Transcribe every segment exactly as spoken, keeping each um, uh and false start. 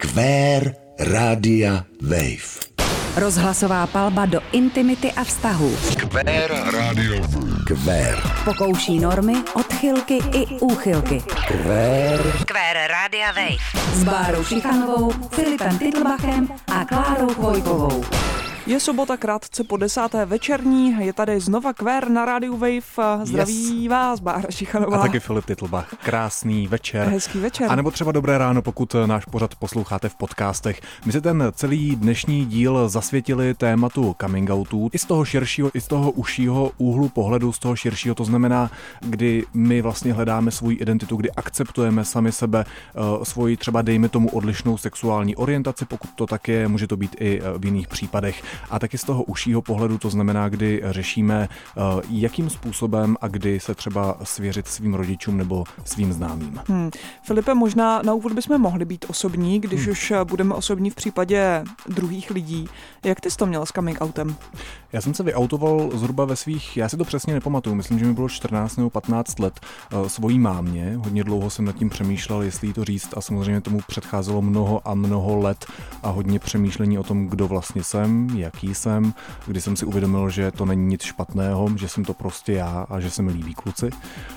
Queer Rádia Wave. Rozhlasová palba do intimity a vztahů. Queer Rádio Wave. Queer. Pokouší normy, odchylky i úchylky. Queer. Queer Rádia Wave. S Bárou Šichanovou, Filipem Titlbachem a Klárou Chvojkovou. Je sobota krátce po desáté večerní, je tady znova Queer na rádiu Wave. Zdraví yes. vás, Bára Šichanová. A taky Filip Titlbach. Krásný večer. Hezký večer. A nebo třeba dobré ráno, pokud náš pořad posloucháte v podcastech. My si ten celý dnešní díl zasvětili tématu coming outů. I z toho širšího, i z toho užšího úhlu pohledu, z toho širšího, to znamená, kdy my vlastně hledáme svou identitu, kdy akceptujeme sami sebe, svoji třeba dejme tomu odlišnou sexuální orientaci, pokud to tak je, může to být i v jiných případech. A taky z toho užšího pohledu, to znamená, kdy řešíme, jakým způsobem a kdy se třeba svěřit svým rodičům nebo svým známým. Hmm. Filipe, možná na úvod bychom mohli být osobní, když hmm. už budeme osobní v případě druhých lidí. Jak ty jsi to měl s coming outem? Já jsem se vyautoval zhruba ve svých, já si to přesně nepamatuju, myslím, že mi bylo čtrnáct nebo patnáct let, svojí mámě. Hodně dlouho jsem nad tím přemýšlel, jestli jí to říct, a samozřejmě tomu předcházelo mnoho a mnoho let a hodně přemýšlení o tom, kdo vlastně jsem, jaký jsem, kdy jsem si uvědomil, že to není nic špatného, že jsem to prostě já a že se mi líbí kluci.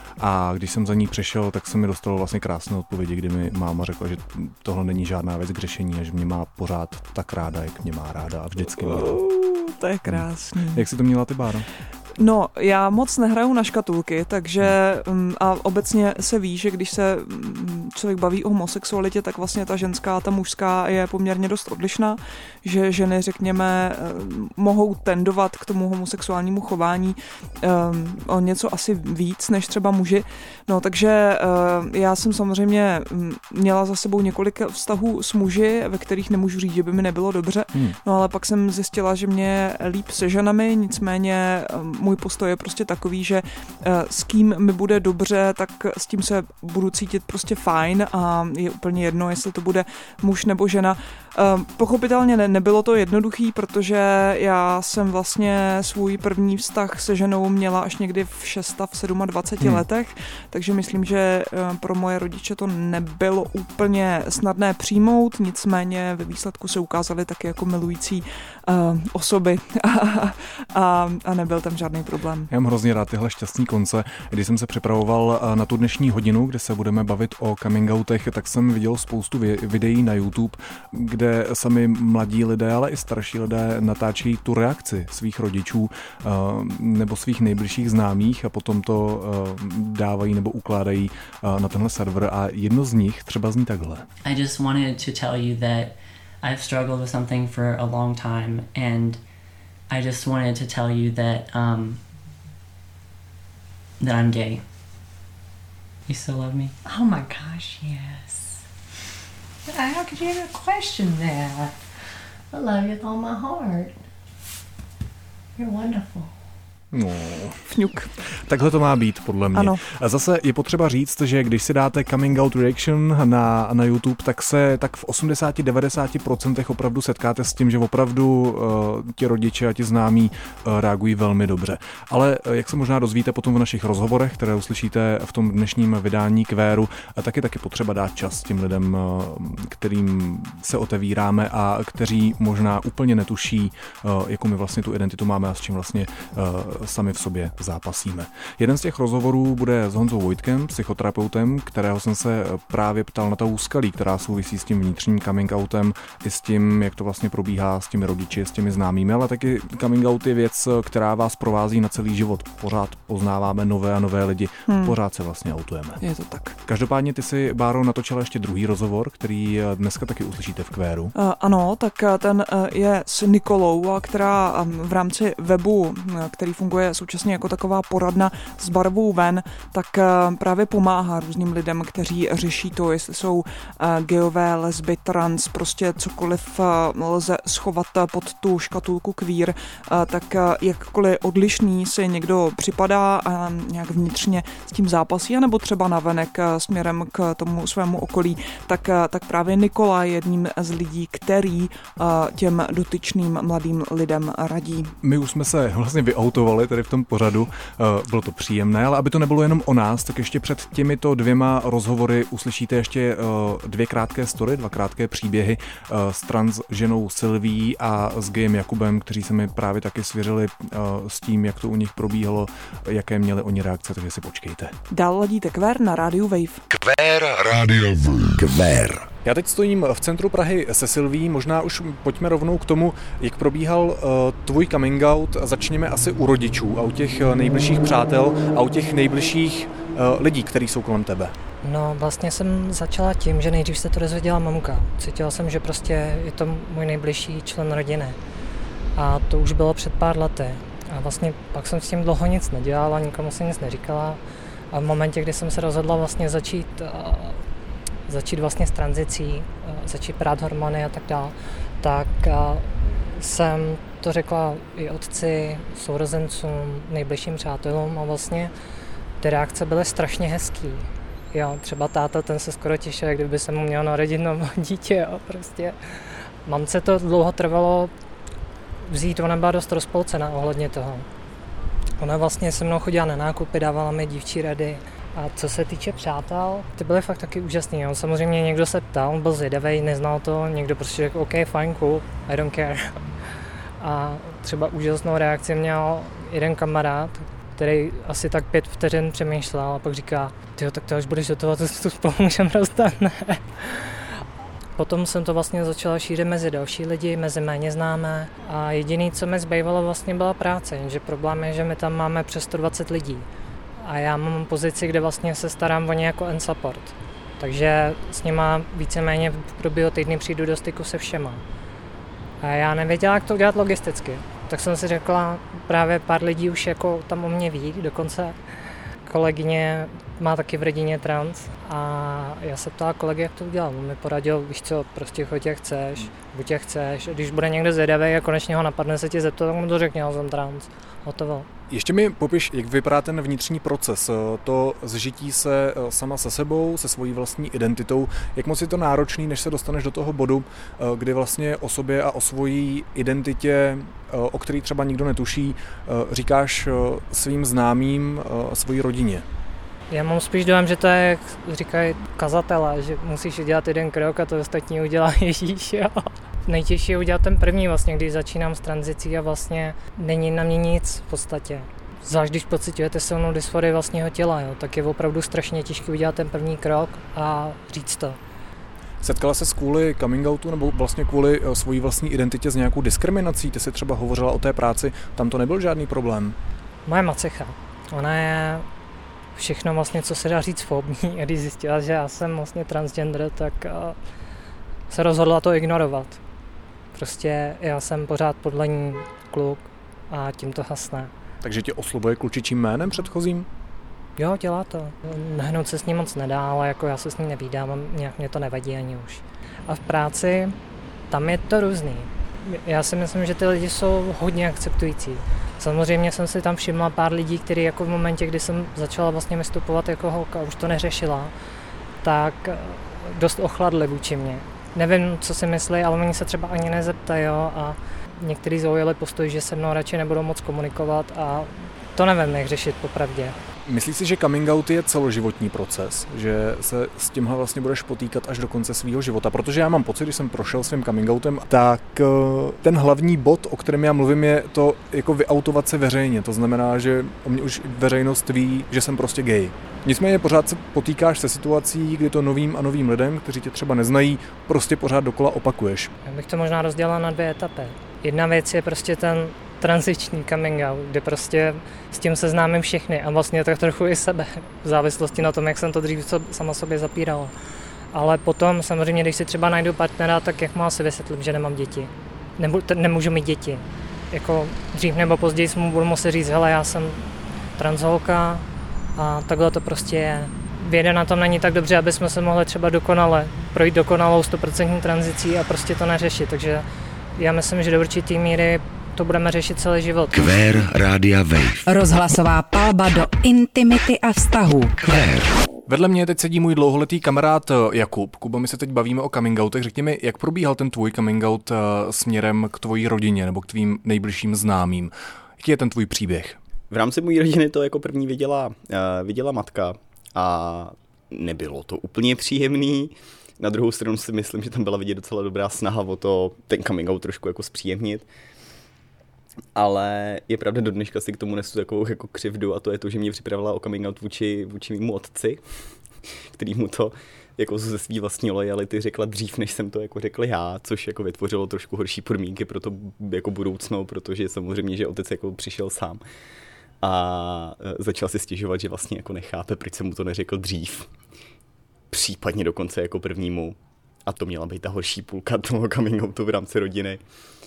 A když jsem za ní přešel, tak se mi dostalo vlastně krásné odpovědi, kdy mi máma řekla, že tohle není žádná věc k řešení a že mě má pořád tak ráda, jak mě má ráda a vždycky mě. Uh, to je krásný. Hmm. Jak jsi to měla ty, Báro? No, já moc nehraju na škatulky, takže a obecně se ví, že když se člověk baví o homosexualitě, tak vlastně ta ženská a ta mužská je poměrně dost odlišná, že ženy, řekněme, mohou tendovat k tomu homosexuálnímu chování um, o něco asi víc než třeba muži. No, takže uh, já jsem samozřejmě měla za sebou několik vztahů s muži, ve kterých nemůžu říct, že by mi nebylo dobře, hmm. no ale pak jsem zjistila, že mě líp se ženami, nicméně um, můj postoj je prostě takový, že s kým mi bude dobře, tak s tím se budu cítit prostě fajn a je úplně jedno, jestli to bude muž nebo žena. Pochopitelně ne, nebylo to jednoduchý, protože já jsem vlastně svůj první vztah se ženou měla až někdy v šest a v dvaceti sedmi hmm. letech, takže myslím, že pro moje rodiče to nebylo úplně snadné přijmout, nicméně ve výsledku se ukázaly taky jako milující uh, osoby a, a, a nebyl tam žádný problém. Já mám hrozně rád tyhle šťastný konce. Když jsem se připravoval na tu dnešní hodinu, kde se budeme bavit o coming outech, tak jsem viděl spoustu videí na YouTube, kde sami mladí lidé, ale i starší lidé natáčejí tu reakci svých rodičů nebo svých nejbližších známých a potom to dávají nebo ukládají na tenhle server a jedno z nich třeba zní takhle. I just wanted to tell you that I've struggled with something for a long time and I just wanted to tell you that um, that I'm gay. You still love me? Oh my gosh, yes. How could you ever question that? I love you with all my heart. You're wonderful. No. Fňuk. Takhle to má být, podle mě. Ano. A zase je potřeba říct, že když si dáte coming out reaction na, na YouTube, tak se tak v osmdesát až devadesát procent opravdu setkáte s tím, že opravdu uh, ti rodiče a ti známí uh, reagují velmi dobře. Ale uh, jak se možná dozvíte potom v našich rozhovorech, které uslyšíte v tom dnešním vydání Queeru, tak je taky potřeba dát čas těm lidem, uh, kterým se otevíráme a kteří možná úplně netuší, uh, jakou my vlastně tu identitu máme a s čím vlastně uh, sami v sobě zápasíme. Jeden z těch rozhovorů bude s Honzou Vojtkem, psychoterapeutem, kterého jsem se právě ptal na ta úskalí, která souvisí s tím vnitřním coming outem i s tím, jak to vlastně probíhá s těmi rodiči, s těmi známými, ale taky coming out je věc, která vás provází na celý život. Pořád poznáváme nové a nové lidi, hmm. pořád se vlastně outujeme. Je to tak. Každopádně ty si, Báro, natočila ještě druhý rozhovor, který dneska taky uslyšíte v Queeru. Uh, ano, tak ten uh, je s Nikolou, která um, v rámci webu, uh, který funguje současně jako taková poradna s barvou ven, tak právě pomáhá různým lidem, kteří řeší to, jestli jsou gayové, lesby, trans, prostě cokoliv lze schovat pod tu škatulku queer, tak jakkoliv odlišný si někdo připadá a nějak vnitřně s tím zápasí, anebo třeba navenek směrem k tomu svému okolí, tak, tak právě Nikola je jedním z lidí, který těm dotyčným mladým lidem radí. My už jsme se vlastně vyautovali roli tady v tom pořadu. Bylo to příjemné, ale aby to nebylo jenom o nás, tak ještě před těmito dvěma rozhovory uslyšíte ještě dvě krátké story, dva krátké příběhy s trans ženou Sylví a s gayem Jakubem, kteří se mi právě taky svěřili s tím, jak to u nich probíhalo, jaké měli oni reakce, takže si počkejte. Dál ladíte Kvér na rádiu Wave. Kvér rádio Wave. Kvér. Já teď stojím v centru Prahy se Sylví, možná už pojďme rovnou k tomu, jak probíhal uh, tvůj coming out. Začněme asi u rodičů a u těch uh, nejbližších přátel a u těch nejbližších uh, lidí, kteří jsou kolem tebe. No vlastně jsem začala tím, že nejdřív se to dozvěděla mamka. Cítila jsem, že prostě je to můj nejbližší člen rodiny. A to už bylo před pár lety. A vlastně pak jsem s tím dlouho nic nedělala, nikomu jsem nic neříkala. A v momentě, kdy jsem se rozhodla vlastně začít, uh, začít vlastně s tranzicí, uh, začít brát hormony a tak dále, tak uh, jsem to řekla i otci, sourozencům, nejbližším přátelům a vlastně ty reakce byly strašně hezký. Jo, třeba táta, ten se skoro těšil, kdyby se mu měl narodit nové dítě a prostě mamce to dlouho trvalo vzít, ona byla dost rozpolcená ohledně toho. Ona vlastně se mnou chodila na nákupy, dávala mi dívčí rady. A co se týče přátel, ty byly fakt taky úžasný. Jo. Samozřejmě někdo se ptal, on byl zvědavý, neznal to, někdo prostě řekl OK, fine, cool, I don't care. A třeba úžasnou reakci měl jeden kamarád, který asi tak pět vteřin přemýšlel a pak říká, tyjo, tak to až budeš dotovat, to tu spolu můžeme rozdat, ne? Potom jsem to vlastně začala šířit mezi další lidi, mezi méně známé a jediný, co mi zbývalo, vlastně byla práce, jenže problém je, že my tam máme přes sto dvacet lidí a já mám pozici, kde vlastně se starám o ně jako end support, takže s nima víceméně v průběhu týdny přijdu do styku se všema. A já nevěděla, jak to udělat logisticky, tak jsem si řekla, právě pár lidí už jako tam o mě ví, dokonce kolegyně má taky v rodině trans a já se ptala kolegy, jak to udělal. On mi poradil, víš co, prostě choď jak chceš, buď jak chceš. Když bude někdo zvědavý a konečně ho napadne se ti zeptat, tak mu to řekne, já jsem trans. Hotovo. Ještě mi popiš, jak vypadá ten vnitřní proces, to zžití se sama se sebou, se svojí vlastní identitou. Jak moc je to náročný, než se dostaneš do toho bodu, kdy vlastně o sobě a o svojí identitě, o který třeba nikdo netuší, říkáš svým známým, svojí rodině? Já mám spíš dojem, že to je, jak říkají kazatelé, že musíš udělat jeden krok a to ostatní udělá Ježíš. Jo. Nejtěžší je udělat ten první, vlastně, když začínám s tranzicí a vlastně není na mě nic v podstatě. Zvlášť když pociťujete silnou dysforii vlastního těla, jo, tak je opravdu strašně těžké udělat ten první krok a říct to. Setkala se kvůli coming outu nebo vlastně kvůli svojí vlastní identitě s nějakou diskriminací? Ty jsi třeba hovořila o té práci, tam to nebyl žádný problém? Moje macecha, ona je všechno vlastně, co se dá říct fobní, a když zjistila, že já jsem vlastně transgender, tak se rozhodla to ignorovat. Prostě já jsem pořád podle ní kluk a tím to hasne. Takže tě oslovuje klučičím jménem předchozím? Jo, dělá to. Nehnout se s ní moc nedá, ale jako já se s ní nevídám a nějak mě to nevadí ani už. A v práci, tam je to různý. Já si myslím, že ty lidi jsou hodně akceptující. Samozřejmě jsem si tam všimla pár lidí, kteří jako v momentě, kdy jsem začala vlastně vystupovat jako holka, už to neřešila, tak dost ochladli vůči mě. Nevím, co si myslí, ale oni se třeba ani nezeptají a někteří zaujali postoj, že se mnou radši nebudou moc komunikovat a to nevím, jak řešit popravdě. Myslíš si, že coming out je celoživotní proces, že se s tímhle vlastně budeš potýkat až do konce svého života? Protože já mám pocit, když jsem prošel svým coming outem, tak ten hlavní bod, o kterém já mluvím, je to jako vyautovat se veřejně. To znamená, že o mě už veřejnost ví, že jsem prostě gay. Nicméně pořád se potýkáš se situací, kdy to novým a novým lidem, kteří tě třeba neznají, prostě pořád dokola opakuješ. Já bych to možná rozdělila na dvě etapy. Jedna věc je prostě ten tranziční coming out, kde prostě s tím seznámím všechny a vlastně tak trochu i sebe, v závislosti na tom, jak jsem to dřív sama sobě zapírala. Ale potom samozřejmě, když si třeba najdu partnera, tak jak má si vysvětlit, že nemám děti. Nebu, t- nemůžu mít děti. Jako dřív nebo později mu budu muset říct, hele, já jsem transholka a takhle to prostě je. Věda na tom není tak dobře, aby jsme se mohli třeba dokonale projít dokonalou sto procent tranzicí a prostě to neřešit. Takže já myslím, že do určitý míry to budeme řešit celý život. Kvér Rádia Wave. Rozhlasová palba do intimity a vztahu. Kvér. Vedle mě teď sedí můj dlouholetý kamarád Jakub. Kubo, my se teď bavíme o coming outech. Řekni mi, jak probíhal ten tvůj coming out směrem k tvojí rodině nebo k tvým nejbližším známým? Jaký je ten tvůj příběh? V rámci mojí rodiny to jako první viděla, uh, viděla matka a nebylo to úplně příjemný. Na druhou stranu si myslím, že tam byla vidět docela dobrá snaha o to ten coming out trošku jako zpříjemnit. Ale je pravda, do dneška si k tomu nesu takovou jako křivdu a to je to, že mě připravila o coming out vůči, vůči mému otci, který mu to jako ze svý vlastní lojality řekla dřív, než jsem to jako řekl já, což jako vytvořilo trošku horší podmínky pro to jako budoucnou, protože samozřejmě, že otec jako přišel sám a začal si stěžovat, že vlastně jako nechápe, proč jsem mu to neřekl dřív. Případně dokonce jako prvnímu. A to měla být ta horší půlka toho coming outu v rámci rodiny.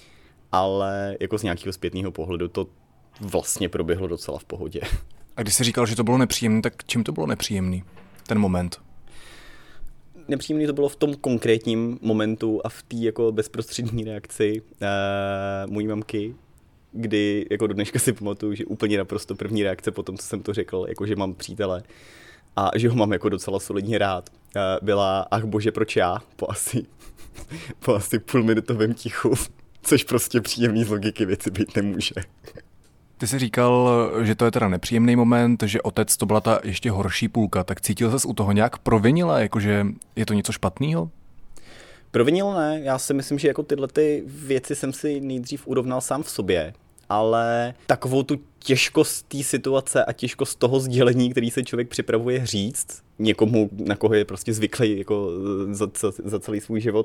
Ale jako z nějakého zpětného pohledu to vlastně proběhlo docela v pohodě. A když jsi říkal, že to bylo nepříjemné, tak čím to bylo nepříjemný, ten moment? Nepříjemný to bylo v tom konkrétním momentu a v té jako bezprostřední reakci uh, mojí mamky, kdy jako do dneška si pamatuju, že úplně naprosto první reakce po tom, co jsem to řekl, jako že mám přítele a že ho mám jako docela solidně rád, uh, byla ach bože, proč já? Po asi, po asi půlminutovém tichu, což prostě příjemný z logiky věci být nemůže. Ty jsi říkal, že to je teda nepříjemný moment, že otec to byla ta ještě horší půlka, tak cítil ses u toho nějak provinila, jakože je to něco špatného? Provinil ne, já si myslím, že jako tyhle ty věci jsem si nejdřív urovnal sám v sobě, ale takovou tu těžkost té situace a těžkost toho sdělení, který se člověk připravuje říct někomu, na koho je prostě zvyklý jako za, za, za celý svůj život,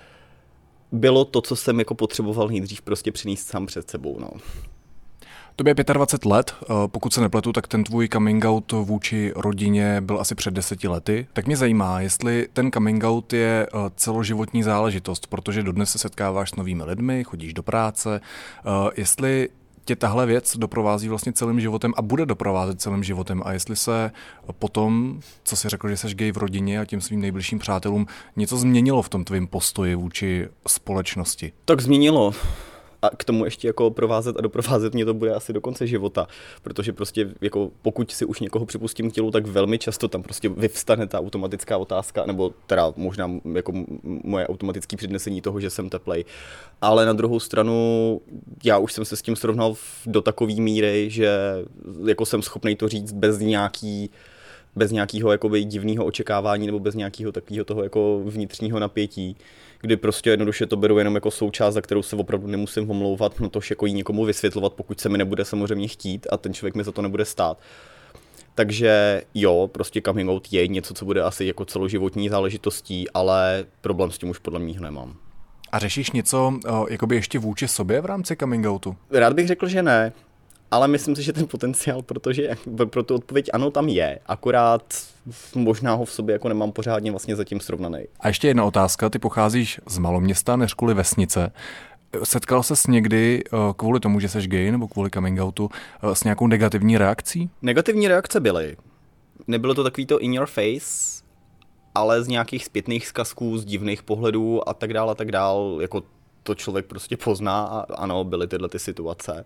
bylo to, co jsem jako potřeboval nejdřív prostě přinést sám před sebou, no. Tobě je dvacet pět let, pokud se nepletu, tak ten tvůj coming out vůči rodině byl asi před deseti lety. Tak mě zajímá, jestli ten coming out je celoživotní záležitost, protože dodnes se setkáváš s novými lidmi, chodíš do práce, jestli tě tahle věc doprovází vlastně celým životem a bude doprovázet celým životem a jestli se potom, co jsi řekl, že jsi gay v rodině a těm svým nejbližším přátelům, něco změnilo v tom tvým postoji vůči společnosti? Tak změnilo. A k tomu ještě jako provázet a doprovázet mě to bude asi do konce života, protože prostě jako pokud si už někoho připustím k tělu, tak velmi často tam prostě vyvstane ta automatická otázka, nebo teda možná jako moje automatické přednesení toho, že jsem teplej. Ale na druhou stranu já už jsem se s tím srovnal do takové míry, že jako jsem schopnej to říct bez nějaký bez nějakého jakoby divného očekávání nebo bez nějakého takového toho jako vnitřního napětí, kdy prostě jednoduše to beru jenom jako součást, za kterou se opravdu nemusím omlouvat, no tož jako jí někomu vysvětlovat, pokud se mi nebude samozřejmě chtít a ten člověk mi za to nebude stát. Takže jo, prostě coming out je něco, co bude asi jako celoživotní záležitostí, ale problém s tím už podle mě nemám. A řešíš něco jakoby ještě vůči sobě v rámci coming outu? Rád bych řekl, že ne. Ale myslím si, že ten potenciál, protože pro tu odpověď ano, tam je, akorát možná ho v sobě jako nemám pořádně vlastně zatím srovnaný. A ještě jedna otázka, ty pocházíš z maloměsta, než kvůli vesnice. Setkal ses někdy kvůli tomu, že jsi gay nebo kvůli coming outu s nějakou negativní reakcí? Negativní reakce byly. Nebylo to takový to in your face, ale z nějakých zpětných vzkazků, z divných pohledů a tak dál a tak dál, jako to člověk prostě pozná a ano, byly tyhle ty situace.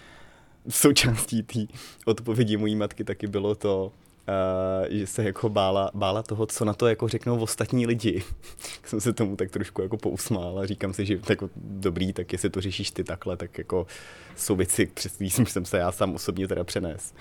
V součástí té odpovědi mojí matky taky bylo to, uh, že se jako bála, bála toho, co na to jako řeknou ostatní lidi. Jsem se tomu tak trošku jako pousmál a říkám si, že jako dobrý, tak jestli to řešíš ty takhle, tak jako jsou věci, přes který jsem se já sám osobně teda přenes.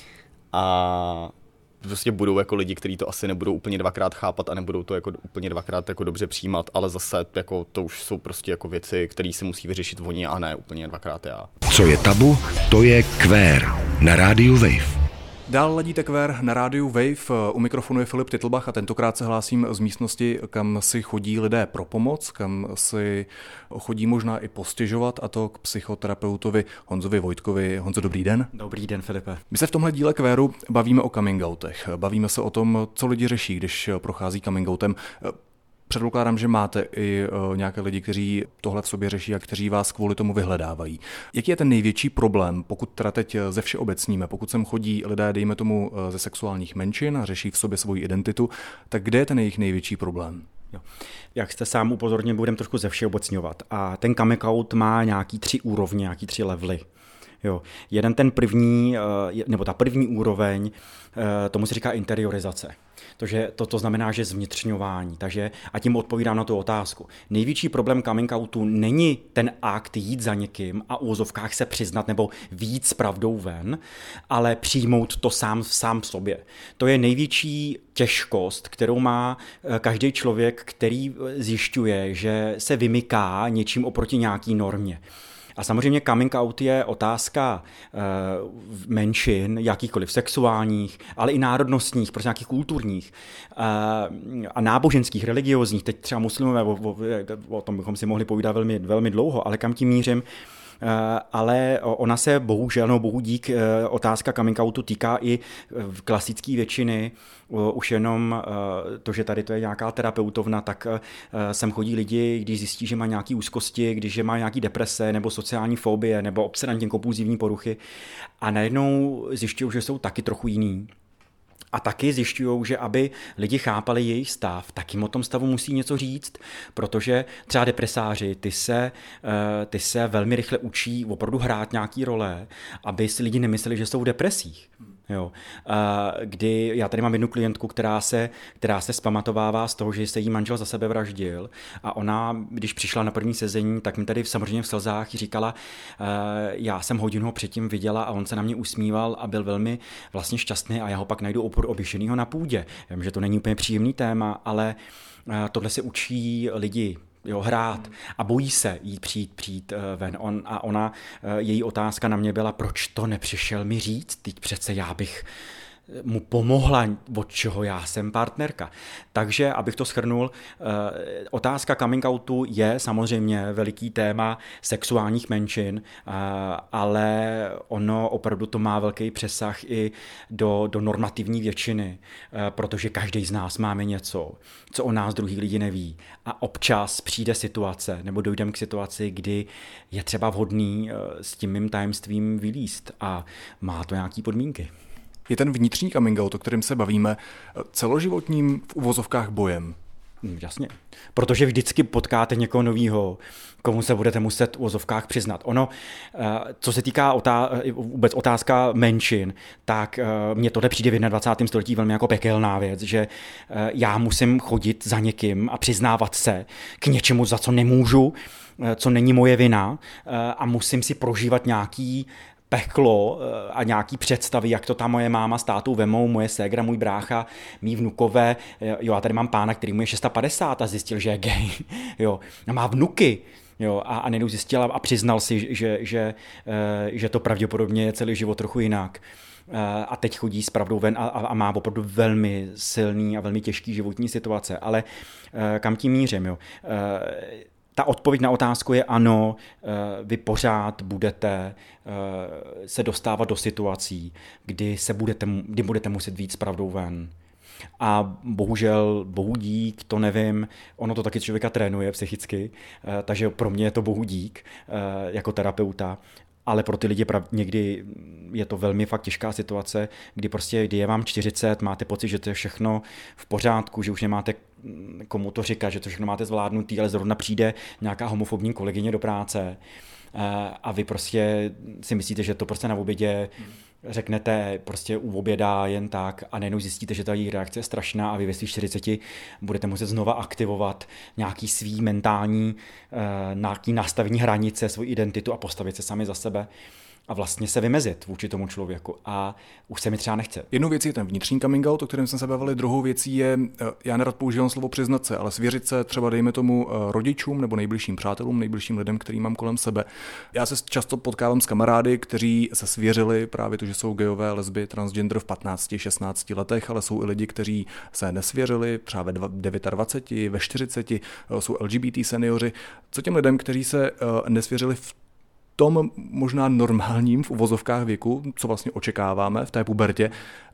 A prostě budou jako lidi, kteří to asi nebudou úplně dvakrát chápat a nebudou to jako úplně dvakrát jako dobře přijímat, ale zase jako to už jsou prostě jako věci, které si musí vyřešit oni a ne úplně dvakrát já. Co je tabu, to je Queer na rádiu Wave. Dál ladíte Queer na rádiu Wave, u mikrofonu je Filip Titlbach a tentokrát se hlásím z místnosti, kam si chodí lidé pro pomoc, kam si chodí možná i postěžovat, a to k psychoterapeutovi Honzovi Vojtkovi. Honzo, dobrý den. Dobrý den, Filipe. My se v tomhle díle Queeru bavíme o coming outech, bavíme se o tom, co lidi řeší, když prochází coming outem. Předpokládám, že máte i uh, nějaké lidi, kteří tohle v sobě řeší a kteří vás kvůli tomu vyhledávají. Jaký je ten největší problém, pokud teda teď ze všeobecníme, pokud sem chodí lidé, dejme tomu, ze sexuálních menšin a řeší v sobě svoji identitu, tak kde je ten jejich největší problém? Jo. Jak jste sám upozornil, budeme trošku ze všeobecňovat. A ten coming out má nějaký tři úrovně, nějaký tři levely. Jo. Jeden ten první, nebo ta první úroveň, tomu se říká interiorizace. To, že to, to znamená, že zvnitřňování. Takže a tím odpovídám na tu otázku. Největší problém coming outu není ten akt jít za někým a v uvozovkách se přiznat nebo víc s pravdou ven, ale přijmout to sám, sám v sobě. To je největší těžkost, kterou má každý člověk, který zjišťuje, že se vymyká něčím oproti nějaký normě. A samozřejmě coming out je otázka e, menšin, jakýchkoliv sexuálních, ale i národnostních, prostě nějakých kulturních e, a náboženských, religiózních, teď třeba muslimové, o, o, o tom bychom si mohli povídat velmi, velmi dlouho, ale kam tím mířím, ale ona se bohužel, no bohu dík, otázka coming outu týká i klasické většiny. Už jenom to, že tady to je nějaká terapeutovna, tak sem chodí lidi, když zjistí, že má nějaké úzkosti, když má nějaké deprese nebo sociální fobie nebo obsedantně kompulzivní poruchy a najednou zjišťují, že jsou taky trochu jiný. A taky zjišťují, že aby lidi chápali jejich stav, tak jim o tom stavu musí něco říct, protože třeba depresáři, ty se, ty se velmi rychle učí opravdu hrát nějaký role, aby si lidi nemysleli, že jsou v depresích. Jo. Kdy já tady mám jednu klientku, která se, která se zpamatovává z toho, že se jí manžel za sebe vraždil a ona, když přišla na první sezení, tak mi tady samozřejmě v slzách říkala, já jsem hodinu ho předtím viděla a on se na mě usmíval a byl velmi vlastně šťastný a já ho pak najdu opor oběšenýho na půdě. Vím, že to není úplně příjemný téma, ale tohle se učí lidi jo, hrát a bojí se jít přijít, přijít ven. On, a ona, její otázka na mě byla, proč to nepřišel mi říct, teď přece já bych mu pomohla, od čeho já jsem partnerka. Takže, abych to shrnul, otázka coming outu je samozřejmě veliký téma sexuálních menšin, ale ono opravdu to má velký přesah i do, do normativní většiny, protože každý z nás máme něco, co o nás druhý lidi neví. A občas přijde situace, nebo dojdeme k situaci, kdy je třeba vhodný s tím mým tajemstvím vylízt a má to nějaké podmínky. Je ten vnitřní coming out, o kterém se bavíme, celoživotním v uvozovkách bojem? Jasně, protože vždycky potkáte někoho novýho, komu se budete muset v uvozovkách přiznat. Ono, co se týká otá- vůbec otázka menšin, tak mně tohle přijde v dvacátém prvním století velmi jako pekelná věc, že já musím chodit za někým a přiznávat se k něčemu, za co nemůžu, co není moje vina a musím si prožívat nějaký peklo a nějaký představy, jak to ta moje máma s tátou vemou, moje ségra, můj brácha, mý vnukové. Jo, já tady mám pána, který mu je padesát šest a zjistil, že je gay. Jo, a má vnuky. Jo, a, a najednou zjistil a přiznal si, že, že, že to pravděpodobně je celý život trochu jinak. A teď chodí s pravdou ven a, a má opravdu velmi silný a velmi těžký životní situace. Ale kam tím mířím? Jo? Ta odpověď na otázku je ano, vy pořád budete se dostávat do situací, kdy, se budete, kdy budete muset víc s pravdou ven. A bohužel, bohu dík, to nevím, ono to taky člověka trénuje psychicky, takže pro mě je to bohu dík jako terapeuta. Ale pro ty lidi prav, někdy je to velmi fakt těžká situace, kdy prostě, kdy je vám čtyřicet, máte pocit, že to je všechno v pořádku, že už nemáte komu to říkat, že to všechno máte zvládnutý, ale zrovna přijde nějaká homofobní kolegyně do práce a vy prostě si myslíte, že to prostě na obědě řeknete prostě u oběda jen tak a najednou zjistíte, že ta její reakce je strašná a vy ve svých čtyřiceti budete muset znova aktivovat nějaký svý mentální nějaký nastavení hranice, svou identitu a postavit se sami za sebe a vlastně se vymezit vůči tomu člověku a už se mi třeba nechce. Jednou věcí je ten vnitřní coming out, o kterém jsme se bavili, druhou věcí je, já nerad používám slovo přiznat se, ale svěřit se třeba dejme tomu rodičům nebo nejbližším přátelům, nejbližším lidem, který mám kolem sebe. Já se často potkávám s kamarády, kteří se svěřili právě to, že jsou gejové, lesby, transgender v patnácti, šestnácti letech, ale jsou i lidi, kteří se nesvěřili třeba ve dvaceti devíti, ve čtyřiceti, jsou L G B T seniori. Co těm lidem, kteří se nesvěřili v tom možná normálním v uvozovkách věku, co vlastně očekáváme v té pubertě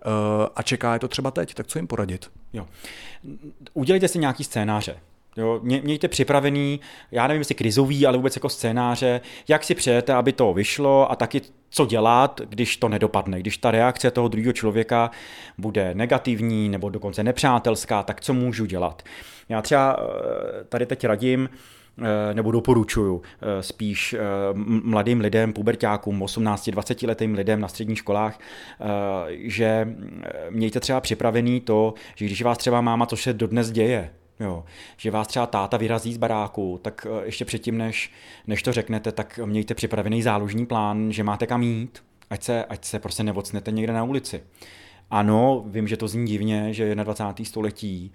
a čeká je to třeba teď, tak co jim poradit? Jo. Udělejte si nějaký scénáře. Jo, mějte připravený, já nevím, jestli krizový, ale vůbec jako scénáře, jak si přejete, aby to vyšlo a taky co dělat, když to nedopadne, když ta reakce toho druhého člověka bude negativní nebo dokonce nepřátelská, tak co můžu dělat. Já třeba tady teď radím nebo doporučuju spíš mladým lidem, puberťákům, osmnácti dvacetiletým lidem na středních školách, že mějte třeba připravený to, že když vás třeba máma, což se dodnes děje, jo, že vás třeba táta vyrazí z baráku, tak ještě předtím, než, než to řeknete, tak mějte připravený záložní plán, že máte kam jít, ať se, ať se prostě nevocnete někde na ulici. Ano, vím, že to zní divně, že je na dvacátém století,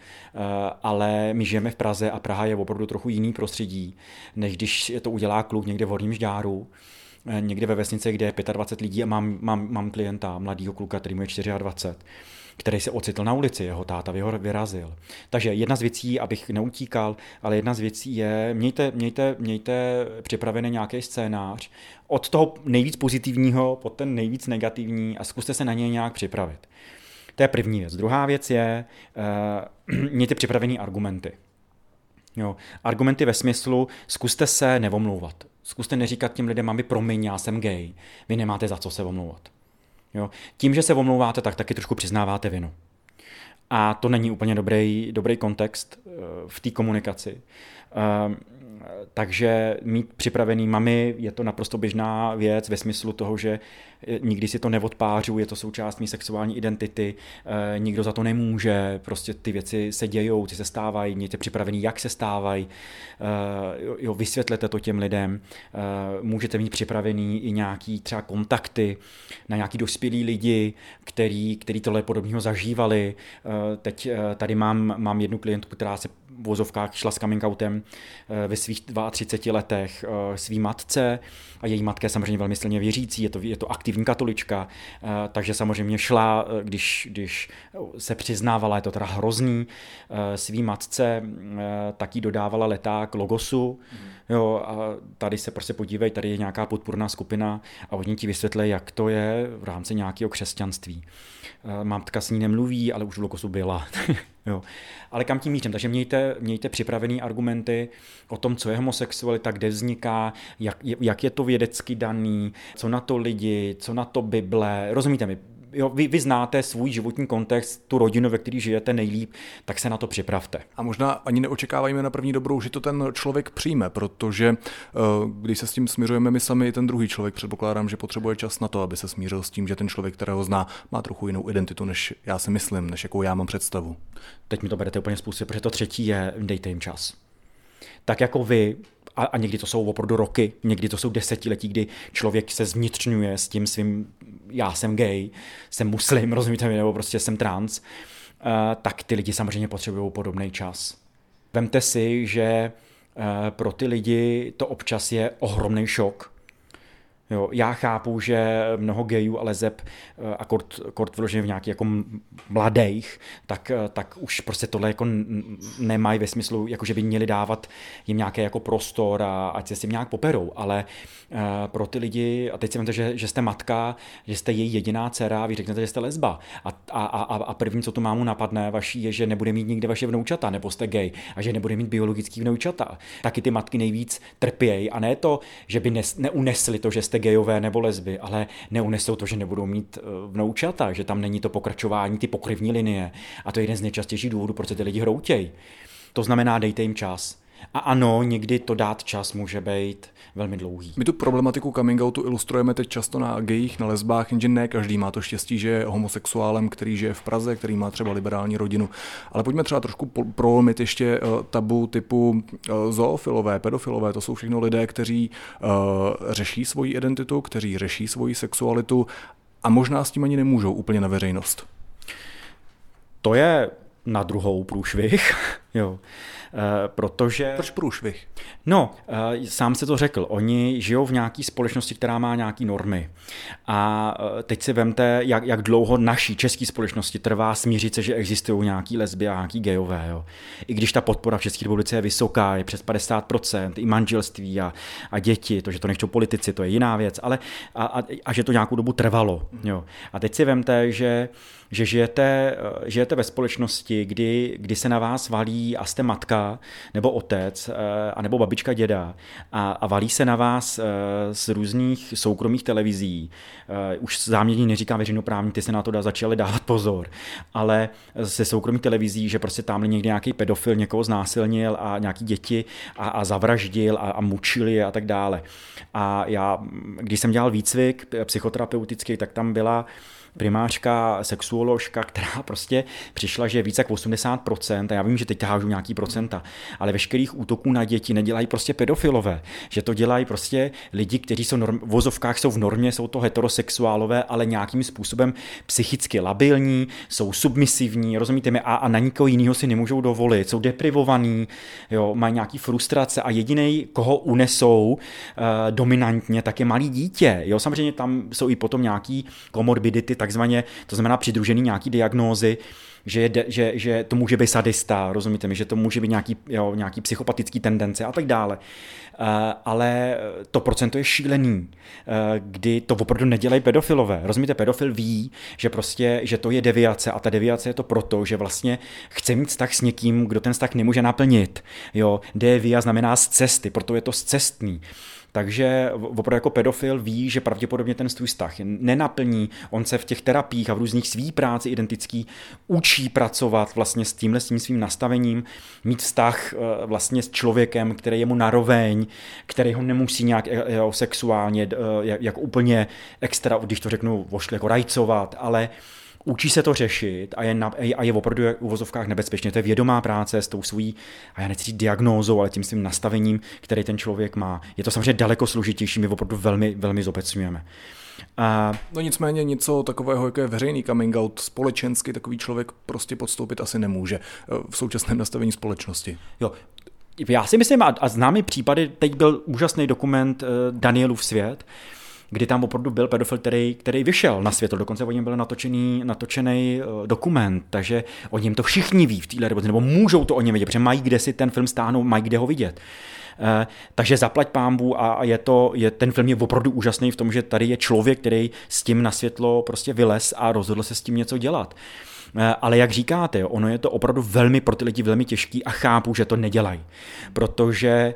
ale my žijeme v Praze a Praha je opravdu trochu jiný prostředí, než když to udělá kluk někde v Horním Žďáru, někde ve vesnici, kde je dvacet pět lidí a mám, mám, mám klienta, mladýho kluka, který mu je dvacet čtyři, který se ocitl na ulici, jeho táta vyrazil. Takže jedna z věcí, abych neutíkal, ale jedna z věcí je, mějte, mějte, mějte připravený nějaký scénář od toho nejvíc pozitivního po ten nejvíc negativní a zkuste se na něj nějak připravit. To je první věc. Druhá věc je, uh, mějte připravený argumenty. Jo, argumenty ve smyslu, zkuste se nevomlouvat. Zkuste neříkat těm lidem, mami, promiň, já jsem gay. Vy nemáte za co se omlouvat. Jo? Tím, že se omlouváte, tak taky trošku přiznáváte vinu. A to není úplně dobrý, dobrý kontext uh, v té komunikaci. Uh, takže mít připravený mami je to naprosto běžná věc ve smyslu toho, že nikdy si to neodpářu, je to součást mý sexuální identity, uh, nikdo za to nemůže, prostě ty věci se dějou, ty se stávají, mějte připravený, jak se stávají, uh, jo, vysvětlete to těm lidem, uh, můžete mít připravený i nějaký třeba kontakty na nějaký dospělí lidi, který, který tohle podobného zažívali. Uh, teď uh, tady mám, mám jednu klientku, která se v vozovkách šla s coming outem ve svých třiceti dvou letech svý matce a její matka je samozřejmě velmi silně věřící, je to, je to aktivní katolička, takže samozřejmě šla, když, když se přiznávala, je to teda hrozný, svý matce taky dodávala leták Logosu, jo, a tady se prostě podívej, tady je nějaká podpůrná skupina a oni ti vysvětlí, jak to je v rámci nějakého křesťanství. Matka s ní nemluví, ale už v Logosu byla. Jo. Ale kam tím mířím? Takže mějte, mějte připravený argumenty o tom, co je homosexualita, kde vzniká, jak, jak je to vědecky daný, co na to lidi, co na to Bible. Rozumíte mi? Jo, vy, vy znáte svůj životní kontext, tu rodinu, ve které žijete nejlíp, tak se na to připravte. A možná ani neočekávajme na první dobrou, že to ten člověk přijme, protože když se s tím směřujeme my sami, ten druhý člověk, předpokládám, že potřebuje čas na to, aby se smířil s tím, že ten člověk, kterého zná, má trochu jinou identitu, než já si myslím, než jakou já mám představu. Teď mi to berete úplně způsob, protože to třetí je, dejte jim čas. Tak jako vy, a, a někdy to jsou opravdu roky, někdy to jsou desetiletí, kdy člověk se zvnitřňuje s tím svým, já jsem gay, jsem muslim, rozumíte mi, nebo prostě jsem trans, uh, tak ty lidi samozřejmě potřebují podobný čas. Vemte si, že uh, pro ty lidi to občas je ohromný šok. Jo, já chápu, že mnoho gayů a leseb a kort, kort vloženě v nějakých jako mladých, tak, tak už prostě tohle jako nemají ve smyslu, jako že by měli dávat jim nějaký jako prostor a ať se s tím nějak poperou, ale uh, pro ty lidi, a teď si vemte, že, že jste matka, že jste její jediná dcera, vy řeknete, že jste lesba a, a, a, a první, co tu mámu napadne vaší, je, že nebude mít nikdy vaše vnoučata, nebo jste gay a že nebude mít biologický vnoučata. Taky ty matky nejvíc trpějí a ne to, že by nes, neunesli to, že jste gejové nebo lesby, ale neunesou to, že nebudou mít vnoučata, že tam není to pokračování, ty pokrevní linie. A to je jeden z nejčastějších důvodů, proč se ty lidi hroutějí. To znamená, dejte jim čas. A ano, někdy to dát čas může být velmi dlouhý. My tu problematiku coming outu ilustrujeme teď často na gejích, na lesbách, jenže ne každý má to štěstí, že je homosexuálem, který žije v Praze, který má třeba liberální rodinu. Ale pojďme třeba trošku prolomit ještě tabu typu zoofilové, pedofilové, to jsou všechno lidé, kteří uh, řeší svoji identitu, kteří řeší svoji sexualitu a možná s tím ani nemůžou úplně na veřejnost. To je na druhou průšvih, jo. Uh, protože... Proč průšvih? No, uh, sám se to řekl, oni žijou v nějaké společnosti, která má nějaké normy. A uh, teď si vemte, jak, jak dlouho naší české společnosti trvá smířit se, že existují nějaký lesby a nějaký gejové. Jo. I když ta podpora v České republice je vysoká, je přes padesát procent, i manželství a, a děti, to, že to nechtějí politici, to je jiná věc, ale a, a, a že to nějakou dobu trvalo. Jo. A teď si vemte, že že žijete, žijete ve společnosti, kdy, kdy se na vás valí mladí a jste matka nebo otec a nebo babička, děda a, a valí se na vás z různých soukromých televizí. Už záměrně neříkám veřejnoprávní, ty se na to dá začali dávat pozor, ale ze soukromých televizí, že prostě tamhle někdy nějaký pedofil někoho znásilnil a nějaký děti a, a zavraždil a, a mučili je a tak dále. A já, když jsem dělal výcvik psychoterapeutický, tak tam byla primářka, sexuoložka, která prostě přišla, že je více jak osmdesát procent, a já vím, že teď hážu nějaký procenta, ale veškerých útoků na děti nedělají prostě pedofilové, že to dělají prostě lidi, kteří jsou norm, v vozovkách jsou v normě, jsou to heterosexuálové, ale nějakým způsobem psychicky labilní, jsou submisivní, rozumíte mi, a, a na nikoho jiného si nemůžou dovolit, jsou deprivovaní, jo, mají nějaký frustrace a jedinej, koho unesou uh, dominantně, tak je malý dítě. Jo, samozřejmě tam jsou i potom nějaký komorbidity, takzvaně, to znamená přidružený nějaký diagnózy, že, je, že, že to může být sadista, rozumíte mi, že to může být nějaký, jo, nějaký psychopatický tendence a tak dále. Uh, ale to procento je šílený, uh, kdy to opravdu nedělají pedofilové. Rozumíte, pedofil ví, že prostě, že to je deviace a ta deviace je to proto, že vlastně chce mít vztah s někým, kdo ten vztah nemůže naplnit. Jo, devia znamená z cesty, proto je to zcestný. Takže opravdu jako pedofil ví, že pravděpodobně ten svůj vztah nenaplní, on se v těch terapiích a v různých svý práci identický učí pracovat vlastně s tímhle s tím svým nastavením, mít vztah vlastně s člověkem, který je mu naroveň, který ho nemusí nějak jo, sexuálně, jak, jak úplně extra, když to řeknu, vošli jako rajcovat, ale učí se to řešit a je, na, a je opravdu v uvozovkách nebezpečně. To je vědomá práce s tou svojí, a já nechci říct diagnózou, ale tím svým nastavením, který ten člověk má. Je to samozřejmě daleko složitější, my opravdu velmi, velmi zobecňujeme. A... No nicméně něco takového, jako je veřejný coming out, společensky takový člověk prostě podstoupit asi nemůže v současném nastavení společnosti. Jo. Já si myslím, a, a známý případy, teď byl úžasný dokument Danielův svět, kdy tam opravdu byl pedofil, který, který vyšel na světlo, dokonce o něm byl natočený, natočený uh, dokument, takže o něm to všichni ví v téhle době, nebo můžou to o něm vidět, protože mají kde si ten film stáhnout, mají kde ho vidět. Uh, takže zaplať pánbů a, a je to, je, ten film je opravdu úžasný v tom, že tady je člověk, který s tím na světlo prostě vylez a rozhodl se s tím něco dělat. Ale jak říkáte, ono je to opravdu velmi pro ty lidi velmi těžký a chápu, že to nedělají. Protože,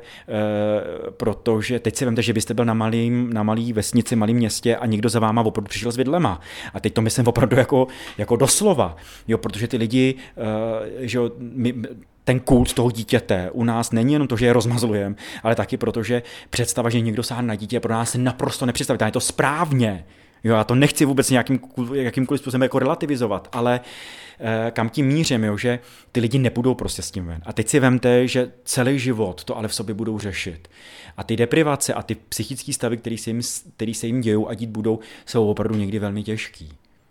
protože teď si vemte, že byste byl na malým, na malý vesnici, malým městě a někdo za váma opravdu přišel s vidlema. A teď to myslím opravdu jako, jako doslova. Jo, protože ty lidi, že my, ten kult toho dítěte u nás není jenom to, že je rozmazlujeme, ale taky proto, že představa, že někdo sáhne na dítě, je pro nás naprosto nepředstavitelné. Je to správně. Jo, já to nechci vůbec nějakým, jakýmkoliv způsobem jako relativizovat, ale eh, kam tím mířím, jo, že ty lidi nepůjdou prostě s tím ven. A teď si vemte, že celý život to ale v sobě budou řešit. A ty deprivace a ty psychické stavy, které se jim, který se jim dějou a dít budou, jsou opravdu někdy velmi těžký.